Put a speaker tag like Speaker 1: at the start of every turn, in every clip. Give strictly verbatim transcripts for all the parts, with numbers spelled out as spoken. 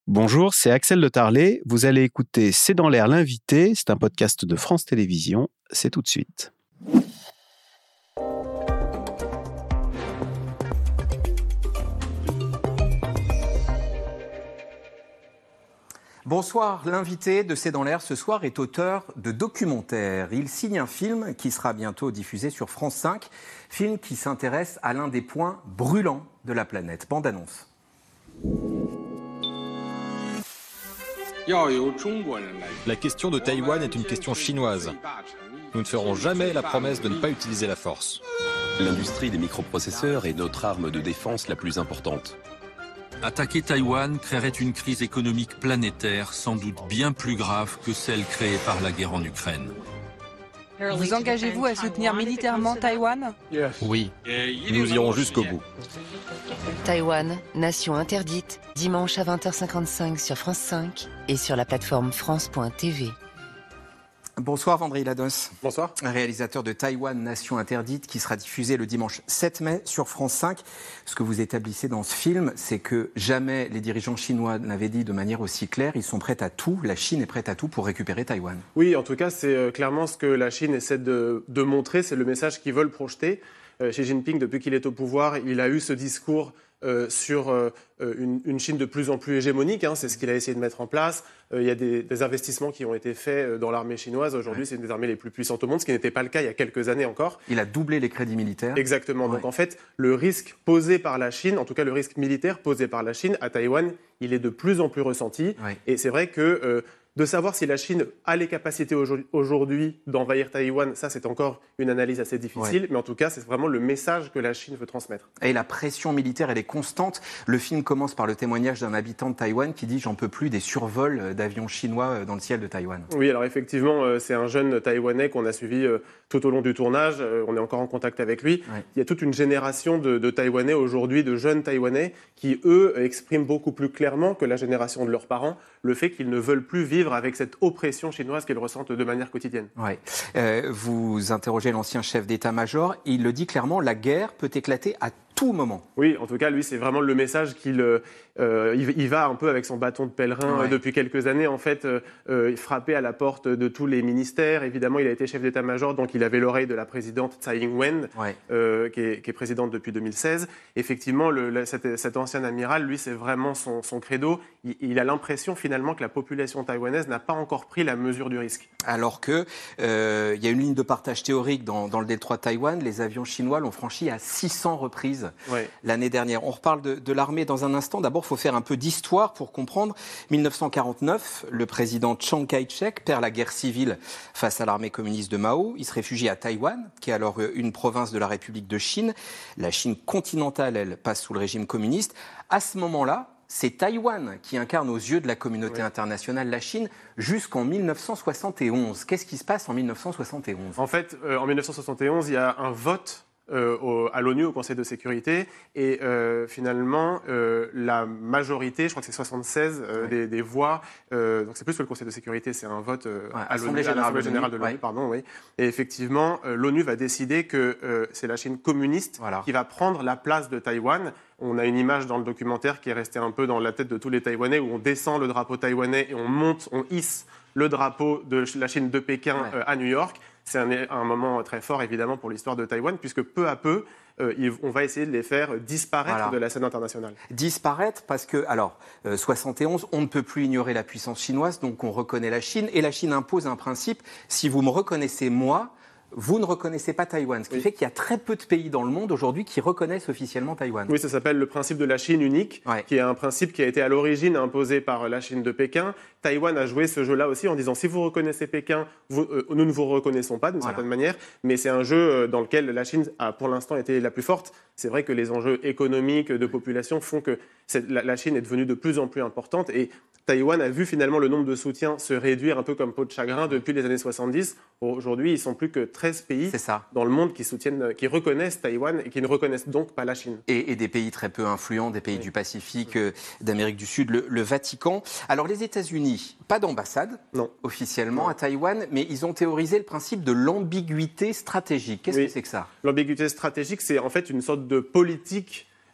Speaker 1: Bonjour, c'est Axel de Tarlet. Vous allez écouter C'est dans l'air l'invité. C'est un podcast de France Télévisions. C'est tout de suite.
Speaker 2: Bonsoir, l'invité de C'est dans l'air ce soir est auteur de documentaires. Il signe un film qui sera bientôt diffusé sur France cinq, film qui s'intéresse à l'un des points brûlants de la planète. Bande annonce.
Speaker 3: La question de Taïwan est une question chinoise. Nous ne ferons jamais la promesse de ne pas utiliser la force.
Speaker 4: L'industrie des microprocesseurs est notre arme de défense la plus importante.
Speaker 5: Attaquer Taïwan créerait une crise économique planétaire, sans doute bien plus grave que celle créée par la guerre en Ukraine.
Speaker 6: Vous engagez-vous à soutenir militairement Taïwan ?
Speaker 3: Oui, nous irons jusqu'au bout.
Speaker 7: Taïwan, nation interdite, dimanche à vingt heures cinquante-cinq sur France cinq et sur la plateforme France point T V.
Speaker 2: Bonsoir Vendry Lados.
Speaker 8: Bonsoir.
Speaker 2: Réalisateur de Taïwan, Nation interdite, qui sera diffusé le dimanche sept mai sur France cinq. Ce que vous établissez dans ce film, c'est que jamais les dirigeants chinois n'avaient dit de manière aussi claire, ils sont prêts à tout, la Chine est prête à tout pour récupérer Taïwan.
Speaker 8: Oui, en tout cas, c'est clairement ce que la Chine essaie de, de montrer, c'est le message qu'ils veulent projeter. Euh, Xi Jinping, depuis qu'il est au pouvoir, il a eu ce discours Euh, sur euh, une, une Chine de plus en plus hégémonique, hein, c'est ce qu'il a essayé de mettre en place. Euh, il y a des, des investissements qui ont été faits dans l'armée chinoise. Aujourd'hui, ouais. C'est une des armées les plus puissantes au monde, ce qui n'était pas le cas il y a quelques années encore.
Speaker 2: Il a doublé les crédits militaires.
Speaker 8: Exactement.
Speaker 2: Ouais.
Speaker 8: Donc en fait, le risque posé par la Chine, en tout cas le risque militaire posé par la Chine à Taïwan, il est de plus en plus ressenti. Ouais. Et c'est vrai que euh, de savoir si la Chine a les capacités aujourd'hui d'envahir Taïwan, ça c'est encore une analyse assez difficile, ouais. Mais en tout cas c'est vraiment le message que la Chine veut transmettre.
Speaker 2: Et la pression militaire, elle est constante. Le film commence par le témoignage d'un habitant de Taïwan qui dit « J'en peux plus des survols d'avions chinois dans le ciel de Taïwan ».
Speaker 8: Oui, alors effectivement, c'est un jeune Taïwanais qu'on a suivi tout au long du tournage. On est encore en contact avec lui. Ouais. Il y a toute une génération de, de Taïwanais aujourd'hui, de jeunes Taïwanais, qui eux expriment beaucoup plus clairement que la génération de leurs parents le fait qu'ils ne veulent plus vivre avec cette oppression chinoise qu'ils ressentent de manière quotidienne.
Speaker 2: Ouais. Euh, vous interrogez l'ancien chef d'état-major, il le dit clairement, la guerre peut éclater à tout moment.
Speaker 8: Oui, en tout cas, lui, c'est vraiment le message qu'il euh, il, il va un peu avec son bâton de pèlerin ouais. euh, depuis quelques années, en fait, euh, frapper à la porte de tous les ministères. Évidemment, il a été chef d'état-major, donc il avait l'oreille de la présidente Tsai Ing-wen, ouais. euh, qui, est, qui est présidente depuis deux mille seize. Effectivement, le, le, cet, cet ancien amiral, lui, c'est vraiment son, son credo. Il, il a l'impression, finalement, que la population taïwanaise n'a pas encore pris la mesure du risque.
Speaker 2: Alors qu'il euh, y a une ligne de partage théorique dans, dans le détroit de Taïwan. Les avions chinois l'ont franchi à six cents reprises. Ouais. L'année dernière. On reparle de, de l'armée dans un instant. D'abord, il faut faire un peu d'histoire pour comprendre. dix-neuf cent quarante-neuf, le président Chiang Kai-shek perd la guerre civile face à l'armée communiste de Mao. Il se réfugie à Taïwan, qui est alors une province de la République de Chine. La Chine continentale, elle, passe sous le régime communiste. À ce moment-là, c'est Taïwan qui incarne aux yeux de la communauté oui. internationale la Chine jusqu'en dix-neuf cent soixante et onze. Qu'est-ce qui se passe en dix-neuf cent soixante et onze ?
Speaker 8: En fait, euh, en dix-neuf cent soixante et onze, il y a un vote Euh, au, à l'ONU, au Conseil de sécurité, et euh, finalement, euh, la majorité, je crois que c'est soixante-seize euh, ouais. des, des voix, euh, donc c'est plus que le Conseil de sécurité, c'est un vote euh, ouais, à l'Assemblée générale, générale de l'ONU, ouais. pardon, oui. Et effectivement, euh, l'ONU va décider que euh, c'est la Chine communiste voilà. qui va prendre la place de Taïwan. On a une image dans le documentaire qui est restée un peu dans la tête de tous les Taïwanais, où on descend le drapeau taïwanais et on monte, on hisse le drapeau de la Chine de Pékin ouais. euh, à New York. C'est un, un moment très fort, évidemment, pour l'histoire de Taïwan, puisque peu à peu, euh, on va essayer de les faire disparaître voilà. de la scène internationale.
Speaker 2: Disparaître parce que, alors, euh, soixante et onze, on ne peut plus ignorer la puissance chinoise, donc on reconnaît la Chine, et la Chine impose un principe, si vous me reconnaissez moi, vous ne reconnaissez pas Taïwan, ce qui oui. fait qu'il y a très peu de pays dans le monde aujourd'hui qui reconnaissent officiellement Taïwan.
Speaker 8: Oui, ça s'appelle le principe de la Chine unique, ouais. qui est un principe qui a été à l'origine imposé par la Chine de Pékin. Taïwan a joué ce jeu-là aussi en disant si vous reconnaissez Pékin, vous, euh, nous ne vous reconnaissons pas d'une voilà. certaine manière, mais c'est un jeu dans lequel la Chine a pour l'instant été la plus forte. C'est vrai que les enjeux économiques de population font que cette, la, la Chine est devenue de plus en plus importante et Taïwan a vu finalement le nombre de soutiens se réduire un peu comme peau de chagrin depuis les années soixante-dix. Aujourd'hui, ils ne sont plus que treize pays dans le monde qui soutiennent, qui reconnaissent Taïwan et qui ne reconnaissent donc pas la Chine.
Speaker 2: Et, et des pays très peu influents, des pays oui. du Pacifique, oui. d'Amérique du Sud, le, le Vatican. Alors les États-Unis, pas d'ambassade non. officiellement non. à Taïwan, mais ils ont théorisé le principe de l'ambiguïté stratégique. Qu'est-ce oui. que c'est que ça ?
Speaker 8: L'ambiguïté stratégique, c'est en fait une sorte de politique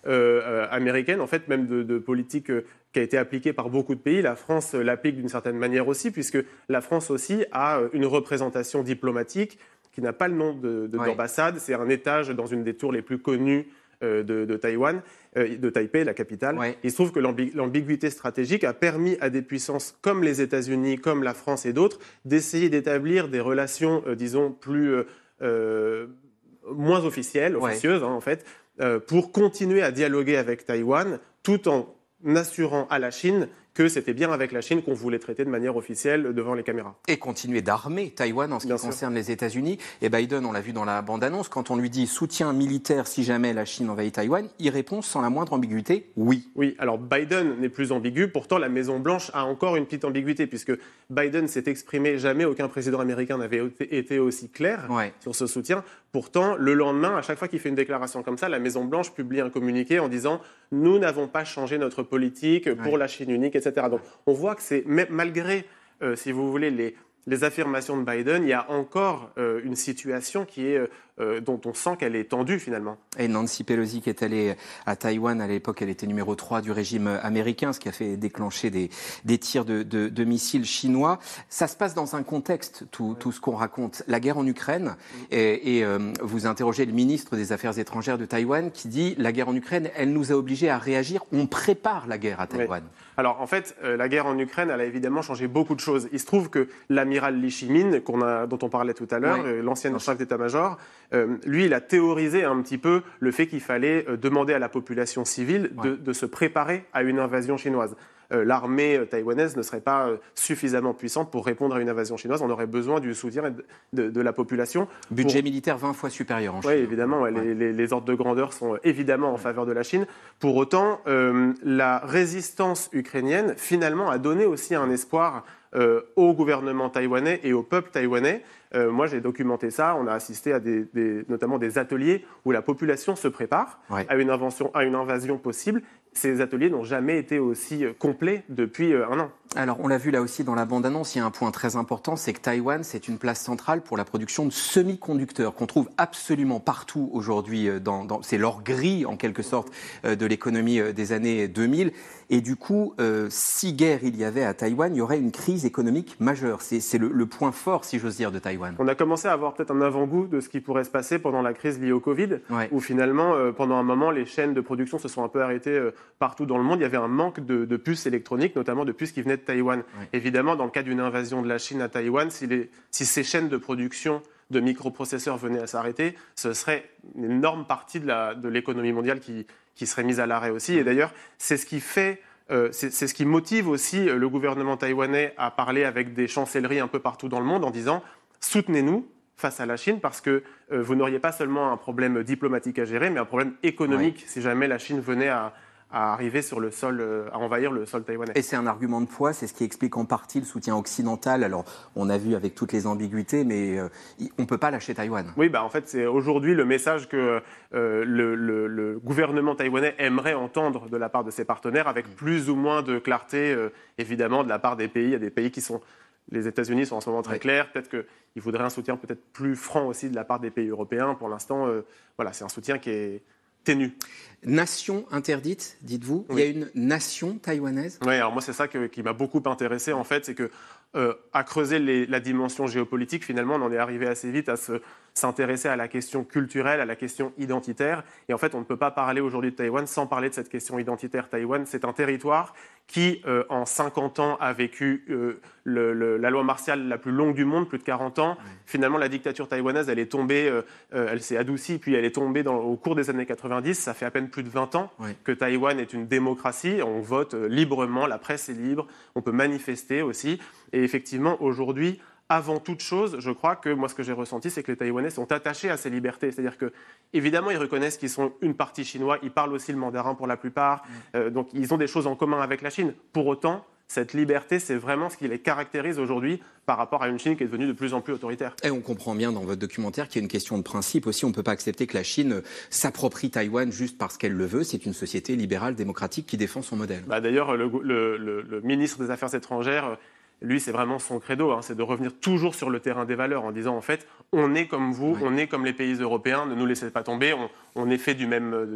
Speaker 8: euh, américaine, en fait, même de, de politique euh, qui a été appliquée par beaucoup de pays. La France euh, l'applique d'une certaine manière aussi, puisque la France aussi a euh, une représentation diplomatique qui n'a pas le nom de, de, ouais. d'ambassade. C'est un étage dans une des tours les plus connues euh, de, de Taïwan, euh, de Taipei, la capitale. Ouais. Il se trouve que l'ambi- l'ambiguïté stratégique a permis à des puissances comme les États-Unis, comme la France et d'autres, d'essayer d'établir des relations, euh, disons, plus... Euh, euh, moins officielles, officieuses ouais. hein, en fait, euh, pour continuer à dialoguer avec Taïwan, tout en assurant à la Chine que c'était bien avec la Chine qu'on voulait traiter de manière officielle devant les caméras.
Speaker 2: Et continuer d'armer Taïwan en ce bien qui sûr. concerne les États-Unis. Et Biden, on l'a vu dans la bande-annonce, quand on lui dit soutien militaire si jamais la Chine envahit Taïwan, il répond sans la moindre ambiguïté, oui.
Speaker 8: Oui, alors Biden n'est plus ambigu, pourtant la Maison-Blanche a encore une petite ambiguïté, puisque Biden s'est exprimé, jamais aucun président américain n'avait été aussi clair ouais. sur ce soutien. Pourtant, le lendemain, à chaque fois qu'il fait une déclaration comme ça, la Maison-Blanche publie un communiqué en disant « Nous n'avons pas changé notre politique pour ouais. la Chine unique, et cetera » Donc, on voit que c'est, malgré, euh, si vous voulez, les, les affirmations de Biden, il y a encore euh, une situation qui est, euh, dont on sent qu'elle est tendue, finalement.
Speaker 2: Et Nancy Pelosi, qui est allée à Taïwan, à l'époque, elle était numéro trois du régime américain, ce qui a fait déclencher des, des tirs de, de, de missiles chinois. Ça se passe dans un contexte, tout, ouais. tout ce qu'on raconte. La guerre en Ukraine, mmh. et, et euh, vous interrogez le ministre des Affaires étrangères de Taïwan, qui dit « La guerre en Ukraine, elle nous a obligés à réagir. On prépare la guerre à Taïwan. Ouais. »
Speaker 8: Alors, en fait, euh, la guerre en Ukraine, elle a évidemment changé beaucoup de choses. Il se trouve que l'amiral Lee Chi-min, qu'on a, dont on parlait tout à l'heure, ouais. euh, l'ancien chef d'état-major, euh, lui, il a théorisé un petit peu le fait qu'il fallait euh, demander à la population civile ouais. de, de se préparer à une invasion chinoise. Euh, l'armée taïwanaise ne serait pas euh, suffisamment puissante pour répondre à une invasion chinoise. On aurait besoin du soutien de, de, de la population.
Speaker 2: Budget
Speaker 8: pour...
Speaker 2: militaire vingt fois supérieur en Chine.
Speaker 8: Oui, évidemment. Ouais. Les, les, les ordres de grandeur sont évidemment en faveur de la Chine. Pour autant, euh, la résistance ukrainienne, finalement, a donné aussi un espoir euh, au gouvernement taïwanais et au peuple taïwanais. Euh, moi, j'ai documenté ça. On a assisté à des, des, notamment des ateliers où la population se prépare ouais. à, une invention, à une invasion possible. Ces ateliers n'ont jamais été aussi complets depuis un an.
Speaker 2: Alors, on l'a vu là aussi dans la bande-annonce, il y a un point très important, c'est que Taïwan, c'est une place centrale pour la production de semi-conducteurs qu'on trouve absolument partout aujourd'hui. Dans, dans, c'est l'or gris, en quelque sorte, de l'économie des années deux mille. Et du coup, euh, si guerre il y avait à Taïwan, il y aurait une crise économique majeure. C'est, c'est le, le point fort, si j'ose dire, de Taïwan.
Speaker 8: On a commencé à avoir peut-être un avant-goût de ce qui pourrait se passer pendant la crise liée au Covid, ouais. où finalement, euh, pendant un moment, les chaînes de production se sont un peu arrêtées euh, partout dans le monde. Il y avait un manque de, de puces électroniques, notamment de puces qui venaient de Taïwan. Ouais. Évidemment, dans le cas d'une invasion de la Chine à Taïwan, si, les, si ces chaînes de production de microprocesseurs venaient à s'arrêter, ce serait une énorme partie de, la, de l'économie mondiale qui, qui serait mise à l'arrêt aussi. Et d'ailleurs, c'est ce qui fait... Euh, c'est, c'est ce qui motive aussi le gouvernement taïwanais à parler avec des chancelleries un peu partout dans le monde en disant « soutenez-nous » face à la Chine parce que euh, vous n'auriez pas seulement un problème diplomatique à gérer, mais un problème économique ouais. si jamais la Chine venait à, à arriver sur le sol, euh, à envahir le sol taïwanais.
Speaker 2: Et c'est un argument de poids, c'est ce qui explique en partie le soutien occidental. Alors, on a vu avec toutes les ambiguïtés, mais euh, on ne peut pas lâcher Taïwan.
Speaker 8: Oui, bah, en fait, c'est aujourd'hui le message que euh, le, le, le gouvernement taïwanais aimerait entendre de la part de ses partenaires, avec mmh. plus ou moins de clarté, euh, évidemment, de la part des pays. Il y a des pays qui sont... Les États-Unis sont en ce moment très oui. clairs. Peut-être qu'il faudrait un soutien peut-être plus franc aussi de la part des pays européens. Pour l'instant, euh, voilà, c'est un soutien qui est ténu.
Speaker 2: Nation interdite, dites-vous. Oui. Il y a une nation taïwanaise.
Speaker 8: Oui, alors moi, c'est ça que, qui m'a beaucoup intéressé, en fait. C'est que, euh, à creuser les, la dimension géopolitique, finalement, on en est arrivé assez vite à se, s'intéresser à la question culturelle, à la question identitaire. Et en fait, on ne peut pas parler aujourd'hui de Taïwan sans parler de cette question identitaire. Taïwan, c'est un territoire qui, euh, en cinquante ans, a vécu euh, le, le, la loi martiale la plus longue du monde, plus de quarante ans. Oui. Finalement, la dictature taïwanaise, elle est tombée, euh, elle s'est adoucie, puis elle est tombée dans, au cours des années quatre-vingt-dix. Ça fait à peine plus de vingt ans oui. que Taïwan est une démocratie. On vote euh, librement, la presse est libre, on peut manifester aussi. Et effectivement, aujourd'hui, avant toute chose, je crois que moi, ce que j'ai ressenti, c'est que les Taïwanais sont attachés à ces libertés. C'est-à-dire que, évidemment, ils reconnaissent qu'ils sont une partie chinoise. Ils parlent aussi le mandarin pour la plupart. Mmh. Euh, donc, ils ont des choses en commun avec la Chine. Pour autant, cette liberté, c'est vraiment ce qui les caractérise aujourd'hui par rapport à une Chine qui est devenue de plus en plus autoritaire.
Speaker 2: Et on comprend bien dans votre documentaire qu'il y a une question de principe aussi. On ne peut pas accepter que la Chine s'approprie Taïwan juste parce qu'elle le veut. C'est une société libérale, démocratique qui défend son modèle.
Speaker 8: Bah, d'ailleurs, le, le, le, le ministre des Affaires étrangères... Lui, c'est vraiment son credo, hein, c'est de revenir toujours sur le terrain des valeurs en disant, en fait, on est comme vous, oui. on est comme les pays européens, ne nous laissez pas tomber, on, on est fait du même,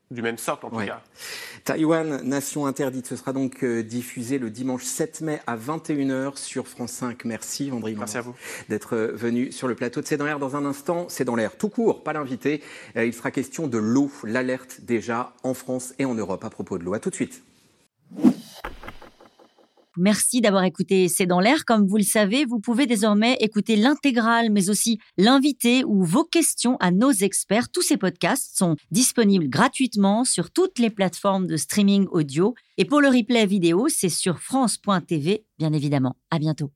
Speaker 8: du même socle en tout
Speaker 2: ouais.
Speaker 8: cas.
Speaker 2: Taïwan, Nation interdite, ce sera donc euh, diffusé le dimanche sept mai à vingt et une heures sur France cinq. Merci Vendry
Speaker 8: Merci à vous
Speaker 2: d'être euh, venu sur le plateau de C'est dans l'air. Dans un instant, C'est dans l'air tout court, pas l'invité. Euh, il sera question de l'eau, l'alerte déjà en France et en Europe à propos de l'eau. À tout de suite.
Speaker 9: Merci d'avoir écouté C'est dans l'air. Comme vous le savez, vous pouvez désormais écouter l'intégrale, mais aussi l'invité ou vos questions à nos experts. Tous ces podcasts sont disponibles gratuitement sur toutes les plateformes de streaming audio. Et pour le replay vidéo, c'est sur France point T V, bien évidemment. À bientôt.